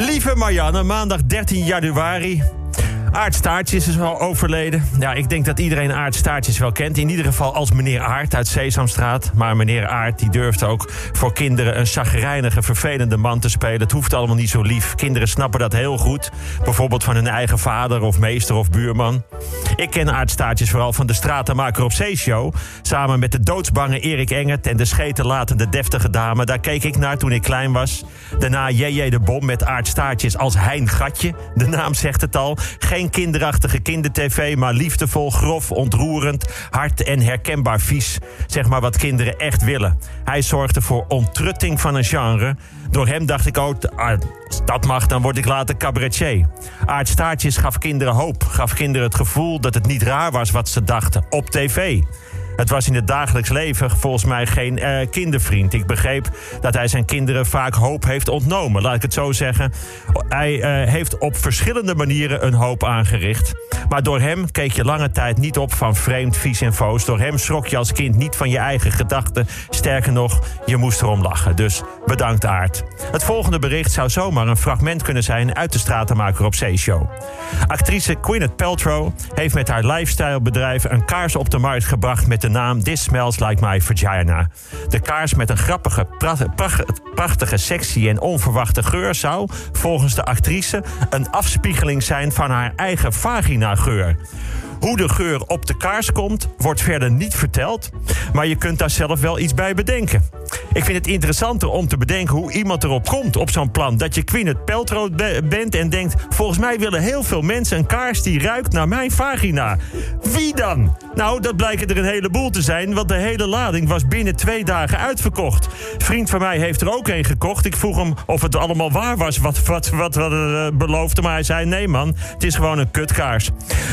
Lieve Marianne, maandag 13 januari. Aart Staartjes is al overleden. Ja, ik denk dat iedereen Aart Staartjes wel kent. In ieder geval als meneer Aart uit Sesamstraat. Maar meneer Aart die durft ook voor kinderen een chagrijnige, vervelende man te spelen. Het hoeft allemaal niet zo lief. Kinderen snappen dat heel goed. Bijvoorbeeld van hun eigen vader of meester of buurman. Ik ken Aart Staartjes vooral van de Stratenmaker op Zee-show. Samen met de doodsbange Erik Engert en de schetenlatende deftige dame. Daar keek ik naar toen ik klein was. Daarna J.J. de Bom met Aart Staartjes als Hein Gatje. De naam zegt het al. Geen kinderachtige kindertv, maar liefdevol, grof, ontroerend, hard en herkenbaar vies. Zeg maar wat kinderen echt willen. Hij zorgde voor onttrutting van een genre. Door hem dacht ik ook, als dat mag, dan word ik later cabaretier. Aart Staartjes gaf kinderen hoop. Gaf kinderen het gevoel dat het niet raar was wat ze dachten. Op tv. Het was in het dagelijks leven volgens mij geen kindervriend. Ik begreep dat hij zijn kinderen vaak hoop heeft ontnomen. Laat ik het zo zeggen. Hij heeft op verschillende manieren een hoop aangericht. Maar door hem keek je lange tijd niet op van vreemd, vies en foos. Door hem schrok je als kind niet van je eigen gedachten. Sterker nog, je moest erom lachen. Dus bedankt Aart. Het volgende bericht zou zomaar een fragment kunnen zijn uit de Stratenmaker op Zee-show. Actrice Gwyneth Paltrow heeft met haar lifestylebedrijf een kaars op de markt gebracht met de naam This Smells Like My Vagina. De kaars met een grappige, prachtige, sexy en onverwachte geur zou, volgens de actrice, een afspiegeling zijn van haar eigen vaginageur. Hoe de geur op de kaars komt, wordt verder niet verteld, maar je kunt daar zelf wel iets bij bedenken. Ik vind het interessanter om te bedenken hoe iemand erop komt op zo'n plan. Dat je Gwyneth Paltrow bent en denkt, volgens mij willen heel veel mensen een kaars die ruikt naar mijn vagina. Wie dan? Nou, dat blijken er een heleboel te zijn, want de hele lading was binnen 2 dagen uitverkocht. Vriend van mij heeft er ook een gekocht. Ik vroeg hem of het allemaal waar was wat we beloofden, maar hij zei, nee man, het is gewoon een kutkaars.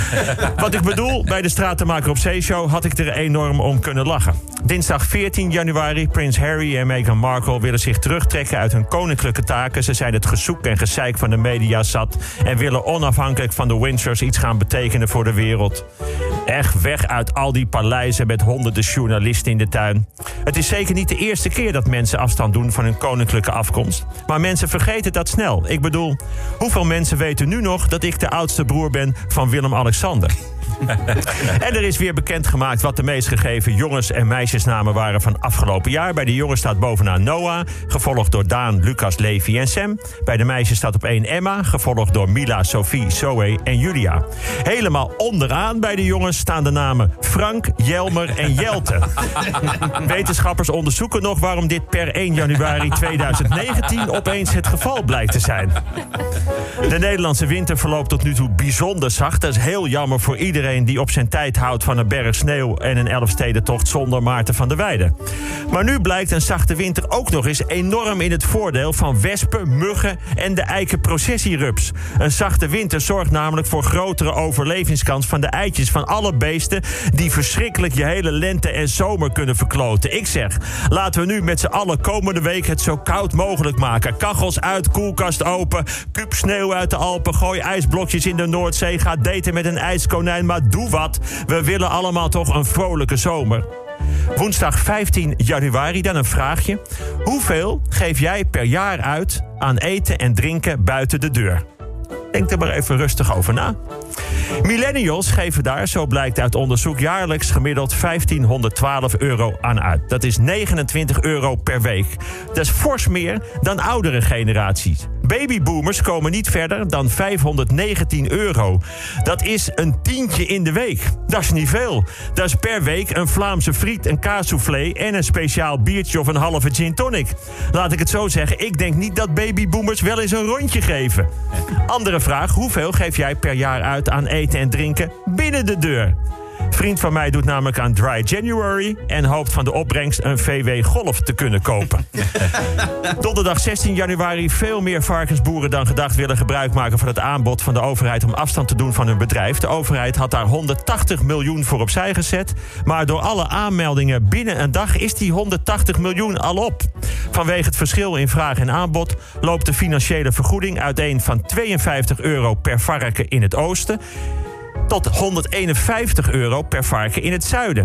Wat ik bedoel, bij de Stratenmaker op Zee-show had ik er enorm om kunnen lachen. Dinsdag 14 januari, Prins Harry en Meghan Markle willen zich terugtrekken uit hun koninklijke taken. Ze zijn het gezoek en gezeik van de media zat en willen onafhankelijk van de Windsors iets gaan betekenen voor de wereld. Echt weg uit al die paleizen met honderden journalisten in de tuin. Het is zeker niet de eerste keer dat mensen afstand doen van hun koninklijke afkomst. Maar mensen vergeten dat snel. Ik bedoel, hoeveel mensen weten nu nog dat ik de oudste broer ben van Willem-Alexander? En er is weer bekendgemaakt wat de meest gegeven jongens- en meisjesnamen waren van afgelopen jaar. Bij de jongens staat bovenaan Noah, gevolgd door Daan, Lucas, Levi en Sam. Bij de meisjes staat op 1 Emma, gevolgd door Mila, Sophie, Zoe en Julia. Helemaal onderaan bij de jongens staan de namen Frank, Jelmer en Jelte. Wetenschappers onderzoeken nog waarom dit per 1 januari 2019 opeens het geval blijkt te zijn. De Nederlandse winter verloopt tot nu toe bijzonder zacht. Dat is heel jammer voor iedereen die op zijn tijd houdt van een berg sneeuw en een Elfstedentocht zonder Maarten van der Weijden. Maar nu blijkt een zachte winter ook nog eens enorm in het voordeel van wespen, muggen en de eikenprocessierups. Een zachte winter zorgt namelijk voor grotere overlevingskans van de eitjes van alle beesten die verschrikkelijk je hele lente en zomer kunnen verkloten. Ik zeg, laten we nu met z'n allen komende week het zo koud mogelijk maken. Kachels uit, koelkast open, kuub sneeuw uit de Alpen, gooi ijsblokjes in de Noordzee, ga daten met een ijskonijn, maar doe wat. We willen allemaal toch een vrolijke zomer. Woensdag 15 januari dan een vraagje. Hoeveel geef jij per jaar uit aan eten en drinken buiten de deur? Denk er maar even rustig over na. Millennials geven daar, zo blijkt uit onderzoek, jaarlijks gemiddeld €1512 aan uit. Dat is €29 per week. Dat is fors meer dan oudere generaties. Babyboomers komen niet verder dan €519. Dat is een tientje in de week. Dat is niet veel. Dat is per week een Vlaamse friet, een kaassoufflé en een speciaal biertje of een halve gin tonic. Laat ik het zo zeggen, ik denk niet dat babyboomers wel eens een rondje geven. Andere vraag, hoeveel geef jij per jaar uit aan eten en drinken binnen de deur? Vriend van mij doet namelijk aan Dry January en hoopt van de opbrengst een VW Golf te kunnen kopen. Donderdag 16 januari veel meer varkensboeren dan gedacht willen gebruik maken van het aanbod van de overheid om afstand te doen van hun bedrijf. De overheid had daar 180 miljoen voor opzij gezet, maar door alle aanmeldingen binnen een dag is die 180 miljoen al op. Vanwege het verschil in vraag en aanbod loopt de financiële vergoeding uiteen van €52 per varken in het oosten tot €151 per varken in het zuiden.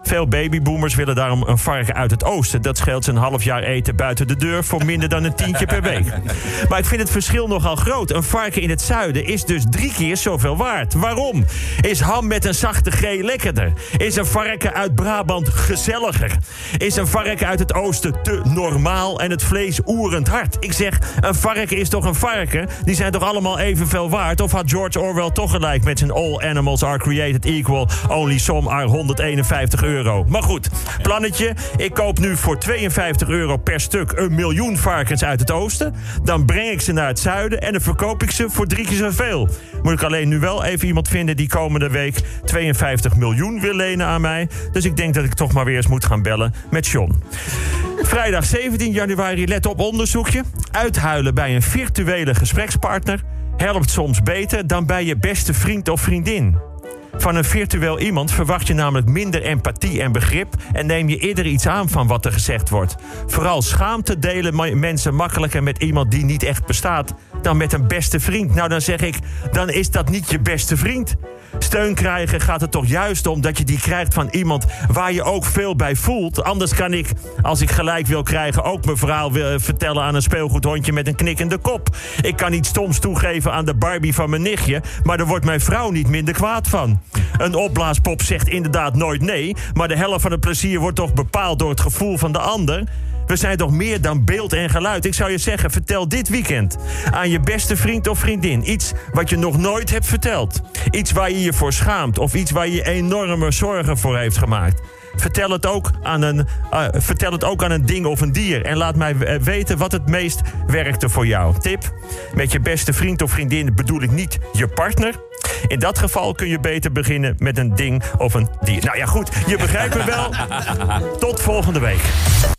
Veel babyboomers willen daarom een varken uit het oosten. Dat scheelt ze een half jaar eten buiten de deur voor minder dan een tientje per week. Maar ik vind het verschil nogal groot. Een varken in het zuiden is dus 3 keer zoveel waard. Waarom? Is ham met een zachte G lekkerder? Is een varken uit Brabant gezelliger? Is een varken uit het oosten te normaal en het vlees oerend hard? Ik zeg, een varken is toch een varken? Die zijn toch allemaal evenveel waard? Of had George Orwell toch gelijk met zijn all animals are created equal, only some are €151? Maar goed, plannetje. Ik koop nu voor €52 per stuk 1 miljoen varkens uit het oosten. Dan breng ik ze naar het zuiden en dan verkoop ik ze voor 3 keer zoveel. Moet ik alleen nu wel even iemand vinden die komende week 52 miljoen wil lenen aan mij. Dus ik denk dat ik toch maar weer eens moet gaan bellen met John. Vrijdag 17 januari, let op, onderzoekje. Uithuilen bij een virtuele gesprekspartner helpt soms beter dan bij je beste vriend of vriendin. Van een virtueel iemand verwacht je namelijk minder empathie en begrip en neem je eerder iets aan van wat er gezegd wordt. Vooral schaamte delen mensen makkelijker met iemand die niet echt bestaat dan met een beste vriend. Nou, dan zeg ik, dan is dat niet je beste vriend. Steun krijgen gaat er toch juist om dat je die krijgt van iemand waar je ook veel bij voelt. Anders kan ik, als ik gelijk wil krijgen, ook mijn verhaal vertellen aan een speelgoedhondje met een knikkende kop. Ik kan iets stoms toegeven aan de Barbie van mijn nichtje, maar daar wordt mijn vrouw niet minder kwaad van. Een opblaaspop zegt inderdaad nooit nee, maar de helft van het plezier wordt toch bepaald door het gevoel van de ander. We zijn toch meer dan beeld en geluid. Ik zou je zeggen, vertel dit weekend aan je beste vriend of vriendin iets wat je nog nooit hebt verteld. Iets waar je je voor schaamt of iets waar je enorme zorgen voor heeft gemaakt. Vertel het ook aan een ding of een dier. En laat mij weten wat het meest werkte voor jou. Tip, met je beste vriend of vriendin bedoel ik niet je partner. In dat geval kun je beter beginnen met een ding of een dier. Nou ja, goed, je begrijpt me wel. Tot volgende week.